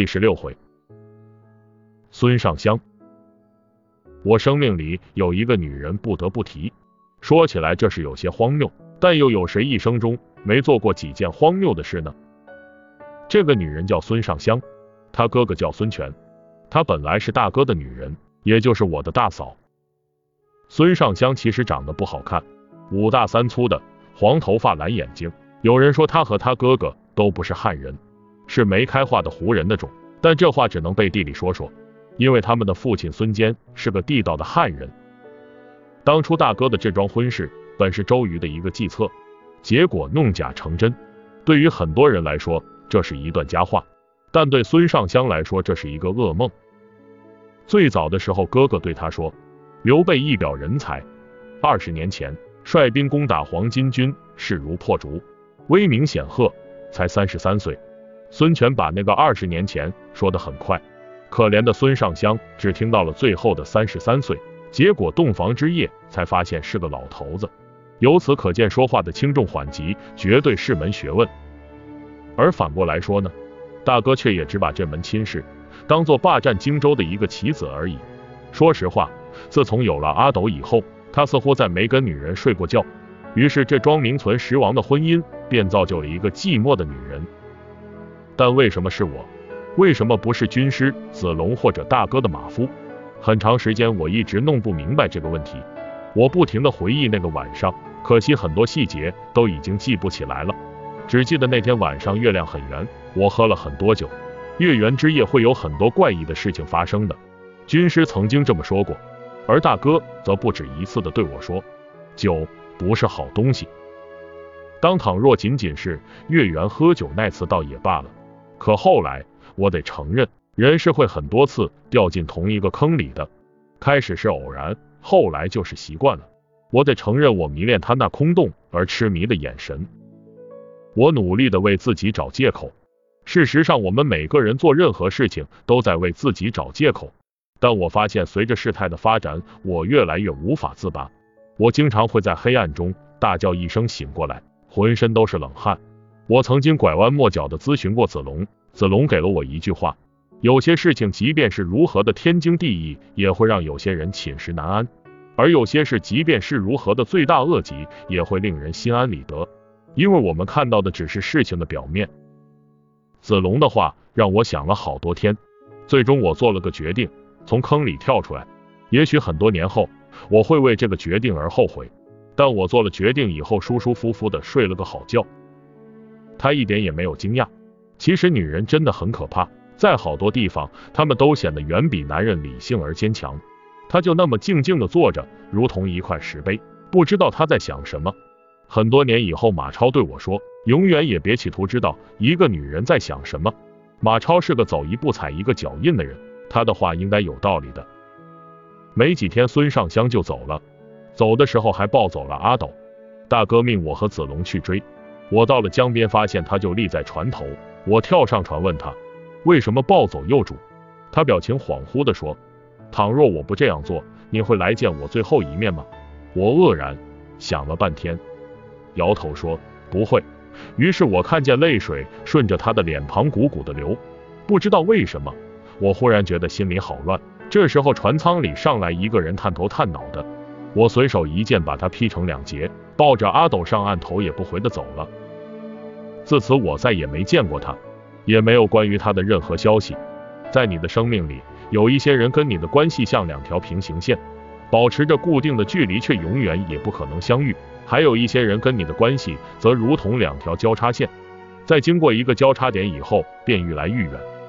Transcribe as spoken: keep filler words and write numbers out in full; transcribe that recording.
第十六回，孙尚香。我生命里有一个女人不得不提，说起来这是有些荒谬，但又有谁一生中没做过几件荒谬的事呢？这个女人叫孙尚香，她哥哥叫孙权，她本来是大哥的女人，也就是我的大嫂。孙尚香其实长得不好看，五大三粗的，黄头发蓝眼睛，有人说她和她哥哥都不是汉人，是没开化的胡人的种，但这话只能背地里说说，因为他们的父亲孙坚是个地道的汉人。当初大哥的这桩婚事本是周瑜的一个计策，结果弄假成真，对于很多人来说这是一段佳话，但对孙尚香来说这是一个噩梦。最早的时候哥哥对他说，刘备一表人才，二十年前率兵攻打黄巾军，势如破竹，威名显赫，才三十三岁。孙权把那个二十年前说得很快，可怜的孙尚香只听到了最后的三十三岁，结果洞房之夜才发现是个老头子。由此可见说话的轻重缓急绝对是门学问。而反过来说呢，大哥却也只把这门亲事当作霸占荆州的一个棋子而已。说实话，自从有了阿斗以后，他似乎再没跟女人睡过觉，于是这桩名存实亡的婚姻便造就了一个寂寞的女人。但为什么是我？为什么不是军师子龙或者大哥的马夫？很长时间我一直弄不明白这个问题，我不停地回忆那个晚上，可惜很多细节都已经记不起来了，只记得那天晚上月亮很圆，我喝了很多酒，月圆之夜会有很多怪异的事情发生的，军师曾经这么说过，而大哥则不止一次地对我说，酒不是好东西。当倘若仅仅是月圆喝酒那次倒也罢了，可后来我得承认，人是会很多次掉进同一个坑里的，开始是偶然，后来就是习惯了。我得承认我迷恋他那空洞而痴迷的眼神。我努力地为自己找借口，事实上我们每个人做任何事情都在为自己找借口，但我发现随着事态的发展，我越来越无法自拔。我经常会在黑暗中大叫一声醒过来，浑身都是冷汗。我曾经拐弯抹角地咨询过子龙，子龙给了我一句话，有些事情即便是如何的天经地义，也会让有些人寝食难安，而有些事即便是如何的罪大恶极，也会令人心安理得，因为我们看到的只是事情的表面。子龙的话让我想了好多天，最终我做了个决定，从坑里跳出来。也许很多年后我会为这个决定而后悔，但我做了决定以后舒舒服服的睡了个好觉。他一点也没有惊讶，其实女人真的很可怕，在好多地方她们都显得远比男人理性而坚强。她就那么静静的坐着，如同一块石碑，不知道她在想什么。很多年以后，马超对我说，永远也别企图知道一个女人在想什么。马超是个走一步踩一个脚印的人，他的话应该有道理的。没几天孙尚香就走了，走的时候还抱走了阿斗。大哥命我和子龙去追，我到了江边发现他就立在船头，我跳上船问他为什么抱走幼主，他表情恍惚地说，倘若我不这样做，你会来见我最后一面吗？我愕然想了半天，摇头说不会。于是我看见泪水顺着他的脸庞汩汩的流，不知道为什么，我忽然觉得心里好乱。这时候船舱里上来一个人，探头探脑的，我随手一剑把他劈成两截，抱着阿斗上岸，头也不回的走了。自此我再也没见过他，也没有关于他的任何消息。在你的生命里，有一些人跟你的关系像两条平行线，保持着固定的距离，却永远也不可能相遇。还有一些人跟你的关系则如同两条交叉线，在经过一个交叉点以后便愈来愈远。